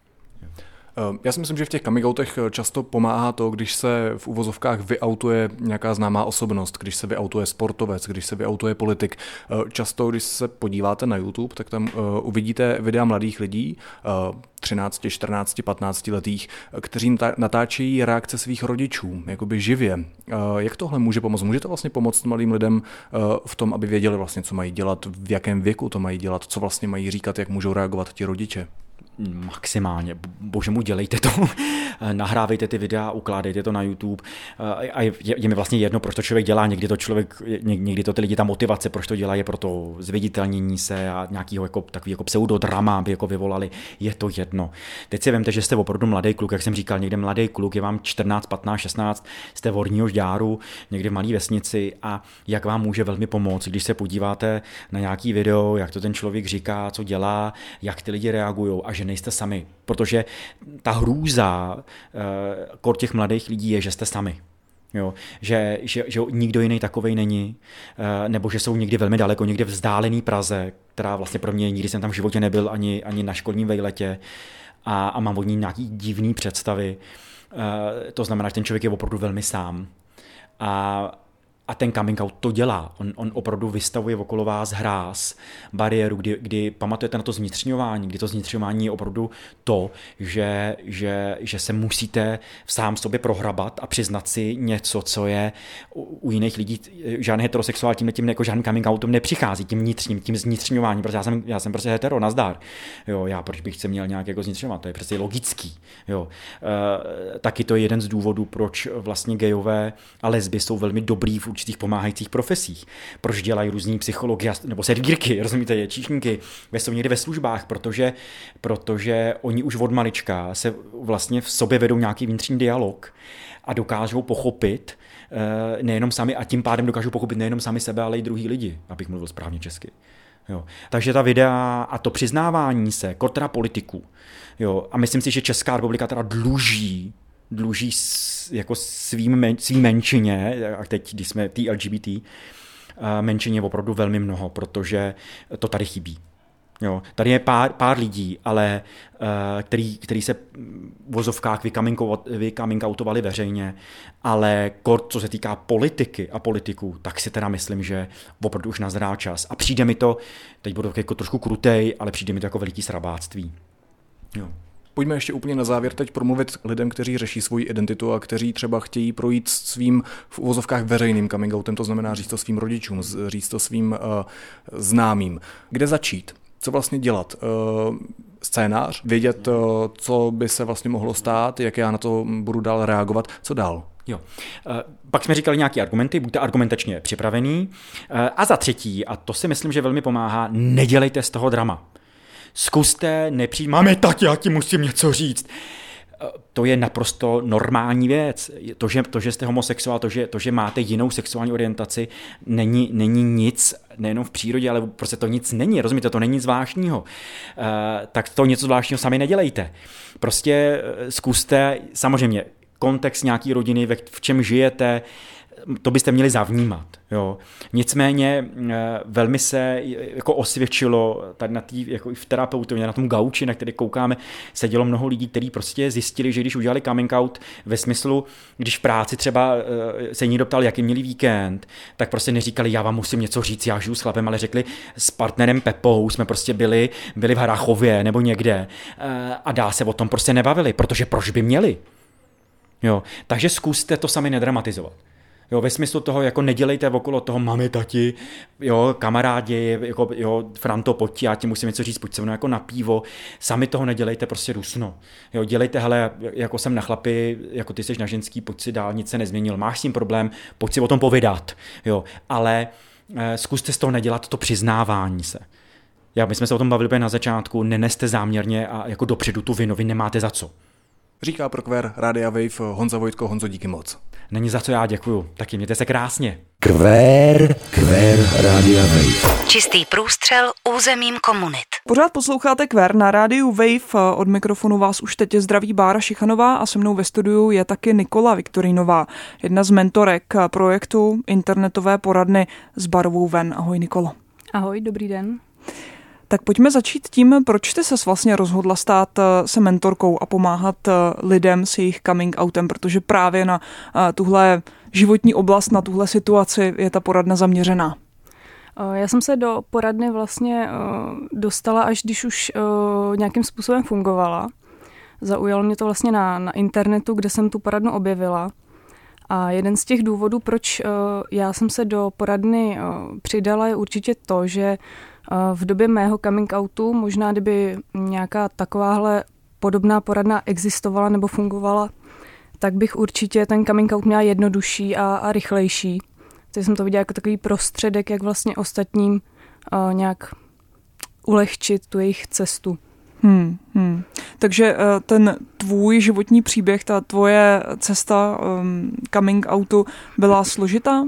Já si myslím, že v těch coming outech často pomáhá to, když se v uvozovkách vyautuje nějaká známá osobnost, když se vyautuje sportovec, když se vyautuje politik. Často, když se podíváte na YouTube, tak tam uvidíte videa mladých lidí, třináct, čtrnáct, patnáct letých, kteří natáčejí reakce svých rodičů, jakoby živě. Jak tohle může pomoct? Může to vlastně pomoct mladým lidem v tom, aby věděli vlastně, co mají dělat, v jakém věku to mají dělat, co vlastně mají říkat, jak můžou reagovat ti rodiče? Maximálně. Bože mu, dělejte to. Nahrávejte ty videa, ukládejte to na YouTube. A je, je mi vlastně jedno, proč to člověk dělá. Někdy to člověk, někdy to ty lidi, ta motivace, proč to dělá, je pro to zviditelnění se a nějakýho jako, takový jako pseudodrama, aby jako vyvolali. Je to jedno. Teď si vemte, že jste opravdu mladý kluk, jak jsem říkal, někde mladý kluk, je vám čtrnáct, patnáct, šestnáct, jste v Horního Žďáru, někde v malé vesnici a jak vám může velmi pomoct, když se podíváte na nějaký video, jak to ten člověk říká, co dělá, jak ty lidi reagují a že nejste sami, protože ta hrůza kor těch mladých lidí je, že jste sami. Jo, že, že, že nikdo jiný takovej není, nebo že jsou někdy velmi daleko, někde vzdálený Praze, která vlastně pro mě nikdy jsem tam v životě nebyl ani, ani na školním vejletě a, a mám od ní nějaký divný představy. To znamená, že ten člověk je opravdu velmi sám. A A ten coming out to dělá. On, on opravdu vystavuje okolo vás hráz, bariéru, kdy, kdy pamatujete na to zvnitřňování, kdy to zvnitřňování je opravdu to, že, že, že se musíte sám sobě prohrabat a přiznat si něco, co je u, u jiných lidí. Žádný heterosexuál tím, tím jako žádným coming outem nepřichází, tím vnitřním, tím zvnitřňováním, protože já jsem, já jsem prostě hetero, nazdar. Jo, já proč bych se měl nějak jako zvnitřňovat, to je přece logický. Jo. E, taky to je jeden z důvodů, proč vlastně gejové a lesby jsou velmi dobrý v určitých pomáhajících profesích. Proč dělají různý psychologi nebo servírky, rozumíte, je číšníky, jsou někdy ve službách, protože, protože oni už od malička se vlastně v sobě vedou nějaký vnitřní dialog a dokážou pochopit nejenom sami a tím pádem dokážou pochopit nejenom sami sebe, ale i druhý lidi, abych mluvil správně česky. Jo. Takže ta videa a to přiznávání se kontra politiků. Jo. A myslím si, že Česká republika teda dluží dluží jako svým men, svým menšině, a teď, když jsme tý L G B T, menšině opravdu velmi mnoho, protože to tady chybí. Jo. Tady je pár, pár lidí, ale který, který se v vozovkách vycoming outovali veřejně, ale kort, co se týká politiky a politiků, tak si teda myslím, že opravdu už nazrál čas. A přijde mi to, teď budu jako trošku krutej, ale přijde mi to jako veliký srabáctví. Jo. Pojďme ještě úplně na závěr teď promluvit k lidem, kteří řeší svoji identitu a kteří třeba chtějí projít svým v uvozovkách veřejným coming outem, to znamená říct to svým rodičům, říct to svým uh, známým. Kde začít? Co vlastně dělat? Uh, scénář? Vědět, uh, co by se vlastně mohlo stát, jak já na to budu dál reagovat? Co dál? Jo. Pak jsme říkali nějaké argumenty, buďte argumentačně připravený. A za třetí, a to si myslím, že velmi pomáhá, nedělejte z toho drama. Zkuste nepřijít, máme tak, já ti musím něco říct. To je naprosto normální věc. To, že, to, že jste homosexuál, to že, to, že máte jinou sexuální orientaci, není, není nic, nejenom v přírodě, ale prostě to nic není, rozumíte, to není nic zvláštního. Uh, tak to něco zvláštního sami nedělejte. Prostě zkuste, samozřejmě, kontext nějaký rodiny, v čem žijete, to byste měli zavnímat. Jo. Nicméně velmi se jako osvědčilo tady na tý, jako i v terapeutovně, na tom gauči, na který koukáme, sedělo mnoho lidí, kteří prostě zjistili, že když udělali coming out ve smyslu, když v práci třeba se někdo ptal, jaký měli víkend, tak prostě neříkali, já vám musím něco říct, já žiju s chlapem, ale řekli, s partnerem Pepou jsme prostě byli, byli v Harrachově nebo někde a dál se o tom prostě nebavili, protože proč by měli? Jo. Takže zkuste to sami nedramatizovat. Jo, ve smyslu toho, jako nedělejte okolo toho mami, tati, jo, kamarádi, jako, jo, Franto, pojď, já ti musím něco říct, pojď se mnou jako na pivo, sami toho nedělejte prostě dusno. Jo, dělejte, hele, jako jsem na chlapi, jako ty jsi na ženský, pojď si dál, nic se nezměnil, máš s tím problém, pojď si o tom povídat, jo, ale eh, zkuste z toho nedělat to přiznávání se. Já, my jsme se o tom bavili na začátku, neneste záměrně a jako dopředu tu vinu, vy nemáte za co. Říká pro Queer Rádia Wave Honza Vojtko. Honzo, díky moc. Není za co, já děkuju. Taky mějte se krásně. Queer, Queer Rádia Wave. Čistý průstřel územím komunit. Pořád posloucháte Queer na rádiu Wave. Od mikrofonu vás už teď zdraví Bára Šichanová a se mnou ve studiu je taky Nikola Viktorinová, jedna z mentorek projektu internetové poradny S barovou ven. Ahoj, Nikolo. Ahoj, dobrý den. Tak pojďme začít tím, proč ty ses vlastně rozhodla stát se mentorkou a pomáhat lidem s jejich coming outem, protože právě na tuhle životní oblast, na tuhle situaci je ta poradna zaměřená. Já jsem se do poradny vlastně dostala, až když už nějakým způsobem fungovala. Zaujalo mě to vlastně na, na internetu, kde jsem tu poradnu objevila. A jeden z těch důvodů, proč já jsem se do poradny přidala, je určitě to, že v době mého coming outu, možná kdyby nějaká takováhle podobná poradna existovala nebo fungovala, tak bych určitě ten coming out měla jednodušší a, a rychlejší. Takže jsem to viděla jako takový prostředek, jak vlastně ostatním uh, nějak ulehčit tu jejich cestu. Hmm, hmm. Takže uh, ten tvůj životní příběh, ta tvoje cesta um, coming outu byla složitá?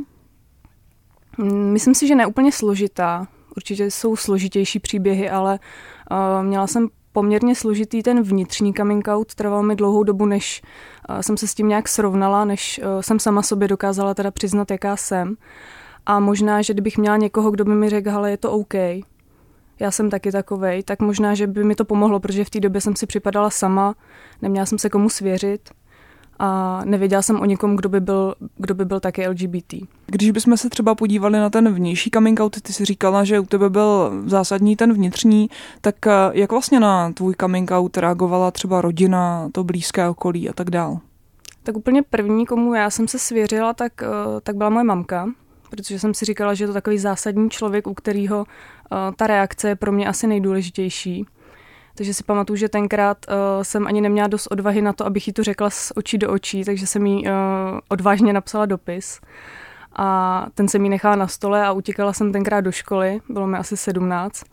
Myslím si, že ne úplně složitá. Určitě jsou složitější příběhy, ale uh, měla jsem poměrně složitý ten vnitřní coming out. Trval mi dlouhou dobu, než uh, jsem se s tím nějak srovnala, než uh, jsem sama sobě dokázala teda přiznat, jaká jsem. A možná, že kdybych měla někoho, kdo by mi řekl, hele, je to OK, já jsem taky takovej, tak možná, že by mi to pomohlo, protože v té době jsem si připadala sama, neměla jsem se komu svěřit a nevěděla jsem o nikom, kdo by byl, kdo by byl taky L G B T. Když bychom se třeba podívali na ten vnější coming out, ty si říkala, že u tebe byl zásadní ten vnitřní, tak jak vlastně na tvůj coming out reagovala třeba rodina, to blízké okolí a tak dál? Tak úplně první, komu já jsem se svěřila, tak, tak byla moje mamka, protože jsem si říkala, že je to takový zásadní člověk, u kterého ta reakce je pro mě asi nejdůležitější. Takže si pamatuju, že tenkrát uh, jsem ani neměla dost odvahy na to, abych jí to řekla z očí do očí, takže jsem jí uh, odvážně napsala dopis. A ten jsem jí nechala na stole a utíkala jsem tenkrát do školy, bylo mi asi sedmnáct.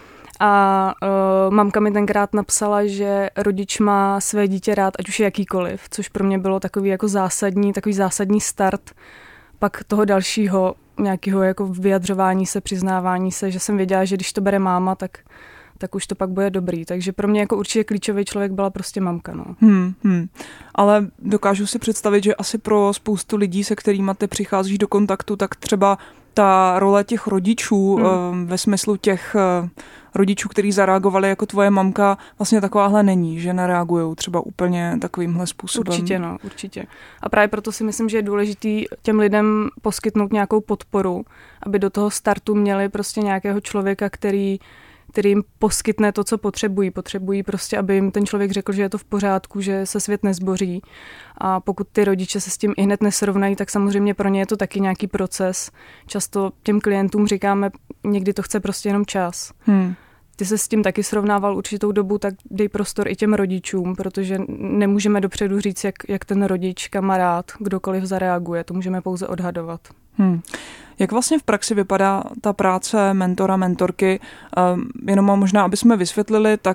A uh, mamka mi tenkrát napsala, že rodič má své dítě rád, ať už je jakýkoliv, což pro mě bylo takový jako zásadní, takový zásadní start pak toho dalšího nějakého jako vyjadřování se, přiznávání se, že jsem věděla, že když to bere máma, tak tak už to pak bude dobrý. Takže pro mě jako určitě klíčový člověk byla prostě mamka. No. Hmm, hmm. Ale dokážu si představit, že asi pro spoustu lidí, se kterými ty přicházíš do kontaktu, tak třeba ta role těch rodičů hmm. ve smyslu těch rodičů, kteří zareagovali jako tvoje mamka, vlastně takováhle není, že nereagují třeba úplně takovýmhle způsobem. Určitě, no, určitě. A právě proto si myslím, že je důležitý těm lidem poskytnout nějakou podporu, aby do toho startu měli prostě nějakého člověka, který který jim poskytne to, co potřebují. Potřebují prostě, aby jim ten člověk řekl, že je to v pořádku, že se svět nezboří. A pokud ty rodiče se s tím i hned nesrovnají, tak samozřejmě pro ně je to taky nějaký proces. Často těm klientům říkáme, někdy to chce prostě jenom čas. Hmm. Ty se s tím taky srovnával určitou dobu, tak dej prostor i těm rodičům, protože nemůžeme dopředu říct, jak, jak ten rodič, kamarád, kdokoliv zareaguje. To můžeme pouze odhadovat. Hmm. Jak vlastně v praxi vypadá ta práce mentora, mentorky? Jenom možná, aby jsme vysvětlili, tak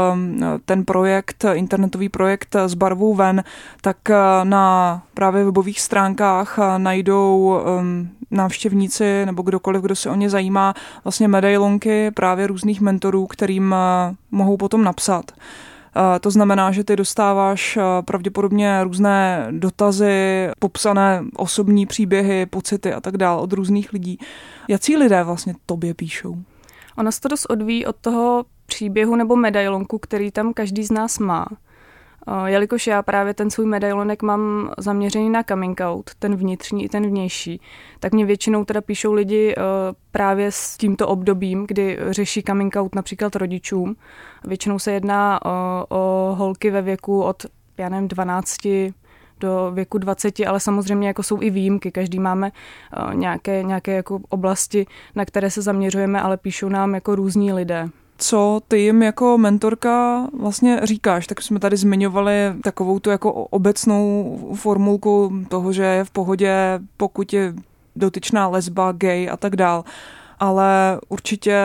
ten projekt, internetový projekt S barvou ven, tak na právě webových stránkách najdou návštěvníci nebo kdokoliv, kdo se o ně zajímá, vlastně medailonky právě různých mentorů, kterým mohou potom napsat. To znamená, že ty dostáváš pravděpodobně různé dotazy, popsané osobní příběhy, pocity a tak dále od různých lidí. Jací lidé vlastně tobě píšou? Ono se to dost odvíjí od toho příběhu nebo medailonku, který tam každý z nás má. Jelikož já právě ten svůj medailonek mám zaměřený na coming out, ten vnitřní i ten vnější, tak mě většinou teda píšou lidi právě s tímto obdobím, kdy řeší coming out například rodičům. Většinou se jedná o, o holky ve věku od, já nevím, dvanácti do věku dvaceti, ale samozřejmě jako jsou i výjimky. Každý máme nějaké, nějaké jako oblasti, na které se zaměřujeme, ale píšou nám jako různí lidé. Co ty jim jako mentorka vlastně říkáš? Tak jsme tady zmiňovali takovou tu jako obecnou formulku toho, že je v pohodě, pokud je dotyčná lesba, gay a tak dál. Ale určitě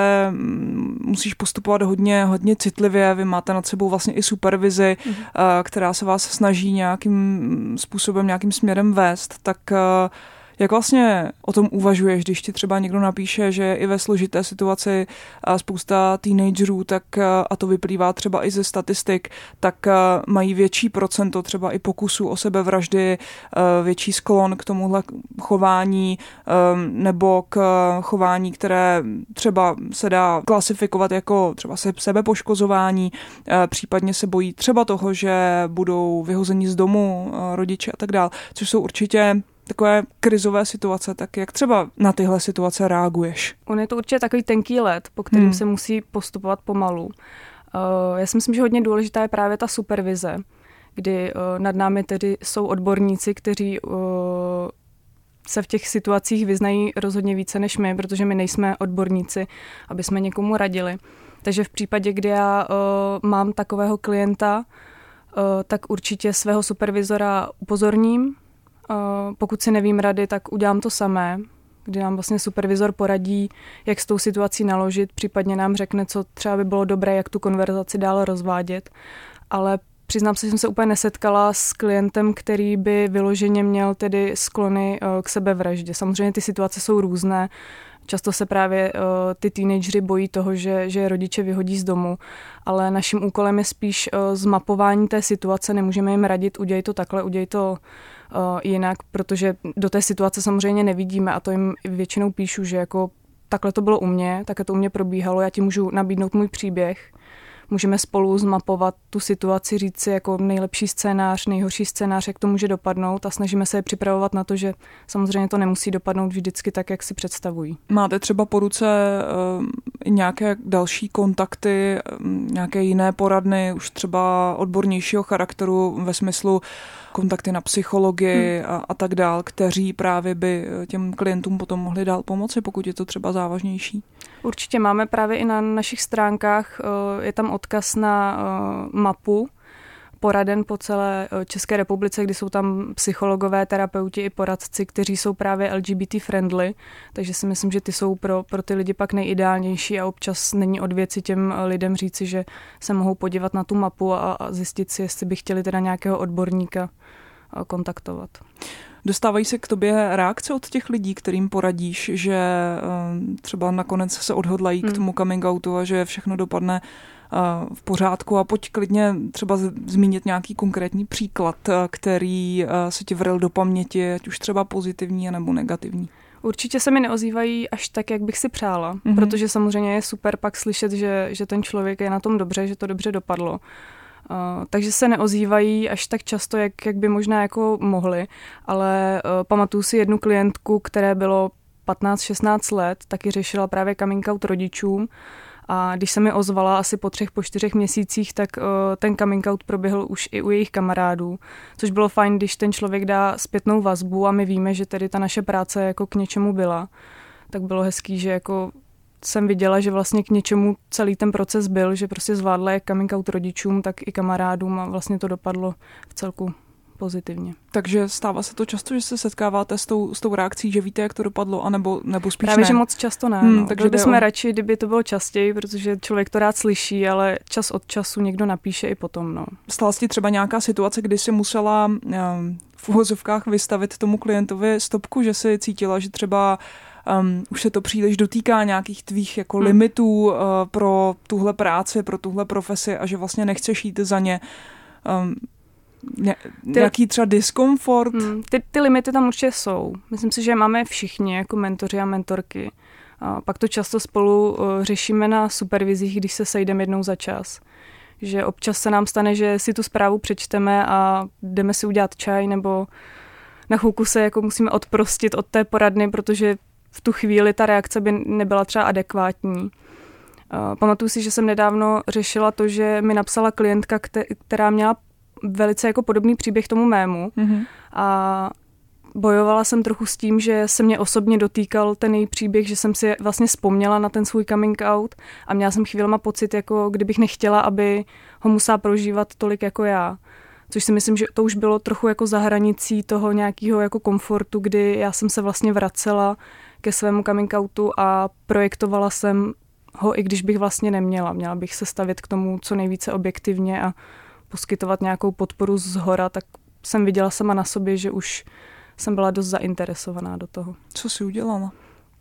musíš postupovat hodně, hodně citlivě. Vy máte nad sebou vlastně i supervizi, mm. která se vás snaží nějakým způsobem, nějakým směrem vést. Tak jak vlastně o tom uvažuješ, když ti třeba někdo napíše, že je i ve složité situaci spousta teenagerů, tak a to vyplývá třeba i ze statistik, tak mají větší procento třeba i pokusů o sebevraždy, větší sklon k tomuhle chování nebo k chování, které třeba se dá klasifikovat jako třeba sebepoškozování, případně se bojí třeba toho, že budou vyhozeni z domu rodiče a tak dále, což jsou určitě takové krizové situace, tak jak třeba na tyhle situace reaguješ? On je to určitě takový tenký led, po kterým hmm. se musí postupovat pomalu. Uh, já si myslím, že hodně důležitá je právě ta supervize, kdy uh, nad námi tedy jsou odborníci, kteří uh, se v těch situacích vyznají rozhodně více než my, protože my nejsme odborníci, aby jsme někomu radili. Takže v případě, kdy já uh, mám takového klienta, uh, tak určitě svého supervizora upozorním. Pokud si nevím rady, tak udělám to samé, kdy nám vlastně supervizor poradí, jak s tou situací naložit, případně nám řekne, co třeba by bylo dobré, jak tu konverzaci dál rozvádět. Ale přiznám se, že jsem se úplně nesetkala s klientem, který by vyloženě měl tedy sklony k sebevraždě. Samozřejmě ty situace jsou různé. Často se právě uh, ty teenageři bojí toho, že, že rodiče vyhodí z domu, ale naším úkolem je spíš uh, zmapování té situace. Nemůžeme jim radit, udělej to takhle, udělej to uh, jinak, protože do té situace samozřejmě nevidíme a to jim většinou píšu, že jako takhle to bylo u mě, takhle to u mě probíhalo, já ti můžu nabídnout můj příběh. můžeme spolu zmapovat tu situaci, říct si jako nejlepší scénář, nejhorší scénář, jak to může dopadnout a snažíme se je připravovat na to, že samozřejmě to nemusí dopadnout vždycky tak, jak si představují. Máte třeba po ruce uh, nějaké další kontakty, nějaké jiné poradny, už třeba odbornějšího charakteru ve smyslu kontakty na psychologii hmm. a, a tak dál, kteří právě by těm klientům potom mohli dál pomoci, pokud je to třeba závažnější? Určitě máme právě i na našich stránkách, je tam odkaz na mapu poraden po celé České republice, kdy jsou tam psychologové, terapeuti i poradci, kteří jsou právě L G B T friendly, takže si myslím, že ty jsou pro, pro ty lidi pak nejideálnější a občas není od věci těm lidem říci, že se mohou podívat na tu mapu a, a zjistit si, jestli by chtěli teda nějakého odborníka kontaktovat. Dostávají se k tobě reakce od těch lidí, kterým poradíš, že třeba nakonec se odhodlají hmm. k tomu coming outu a že všechno dopadne v pořádku a pojď klidně třeba zmínit nějaký konkrétní příklad, který se ti vril do paměti, ať už třeba pozitivní nebo negativní. Určitě se mi neozývají až tak, jak bych si přála, mm-hmm. protože samozřejmě je super pak slyšet, že, že ten člověk je na tom dobře, že to dobře dopadlo. Uh, takže se neozývají až tak často, jak, jak by možná jako mohli, ale uh, pamatuju si jednu klientku, které bylo patnáct šestnáct let, taky řešila právě coming out rodičům. A když se mi ozvala asi po třech, po čtyřech měsících, tak uh, ten coming out proběhl už i u jejich kamarádů, což bylo fajn, když ten člověk dá zpětnou vazbu a my víme, že tedy ta naše práce jako k něčemu byla. Tak bylo hezký, že jako jsem viděla, že vlastně k něčemu celý ten proces byl, že prostě zvládla jak coming out rodičům, tak i kamarádům a vlastně to dopadlo v celku pozitivně. Takže stává se to často, že se setkáváte s tou, s tou reakcí, že víte, jak to dopadlo, anebo, nebo spíš Právě, ne? že moc často ne. Hmm, no. Takže bychom o... radši, kdyby to bylo častěji, protože člověk to rád slyší, ale čas od času někdo napíše i potom. No. Stala jsi třeba nějaká situace, kdy jsi musela um, v uvozovkách vystavit tomu klientovi stopku, že si cítila, že třeba Um, už se to příliš dotýká nějakých tvých jako hmm. limitů uh, pro tuhle práci, pro tuhle profesi a že vlastně nechceš jít za ně. Um, ně, ty, nějaký třeba diskomfort? Hmm, ty, ty limity tam určitě jsou. Myslím si, že máme všichni jako mentoři a mentorky. A pak to často spolu uh, řešíme na supervizích, když se sejdeme jednou za čas. Že občas se nám stane, že si tu zprávu přečteme a jdeme si udělat čaj nebo na chvilku se jako musíme odprostit od té poradny, protože v tu chvíli ta reakce by nebyla třeba adekvátní. Uh, pamatuju si, že jsem nedávno řešila to, že mi napsala klientka, která měla velice jako podobný příběh tomu mému mm-hmm. a bojovala jsem trochu s tím, že se mě osobně dotýkal ten její příběh, že jsem si vlastně vzpomněla na ten svůj coming out a měla jsem chvílema pocit, jako kdybych nechtěla, aby ho musela prožívat tolik jako já. Což si myslím, že to už bylo trochu jako za hranicí toho nějakého jako komfortu, kdy já jsem se vlastně vracela ke svému coming outu a projektovala jsem ho, i když bych vlastně neměla. Měla bych se stavět k tomu co nejvíce objektivně a poskytovat nějakou podporu zhora, tak jsem viděla sama na sobě, že už jsem byla dost zainteresovaná do toho. Co jsi udělala?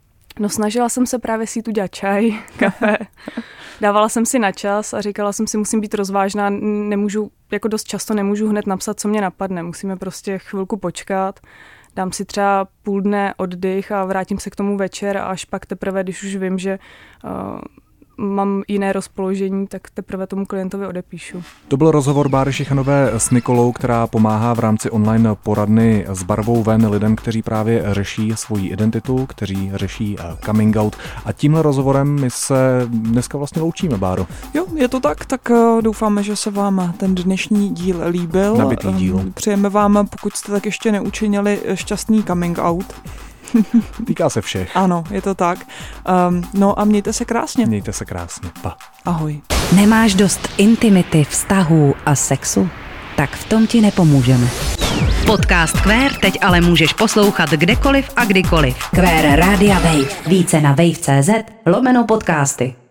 No snažila jsem se právě si tu dělat čaj, kafe. Dávala jsem si na čas a říkala jsem si, musím být rozvážná, nemůžu, jako dost často nemůžu hned napsat, co mě napadne. Musíme prostě chvilku počkat. Dám si třeba půl dne oddych a vrátím se k tomu večer a až pak teprve, když už vím, že uh, mám jiné rozpoložení, tak teprve tomu klientovi odepíšu. To byl rozhovor Báry Šichanové s Nikolou, která pomáhá v rámci online poradny s barvou ven lidem, kteří právě řeší svoji identitu, kteří řeší coming out. A tímhle rozhovorem my se dneska vlastně loučíme, Báro. Jo, je to tak, tak doufáme, že se vám ten dnešní díl líbil. Nabitý díl. Přejeme vám, pokud jste tak ještě neučinili, šťastný coming out. Týká se všech. Ano, je to tak. Um, no a mějte se krásně. Mějte se krásně. Pa. Ahoj. Nemáš dost intimity, vztahů a sexu? Tak v tom ti nepomůžeme. Podcast Queer teď ale můžeš poslouchat kdekoliv a kdykoliv. Queer Rádia Wave. Více na wave tečka cz lomeno podcasty.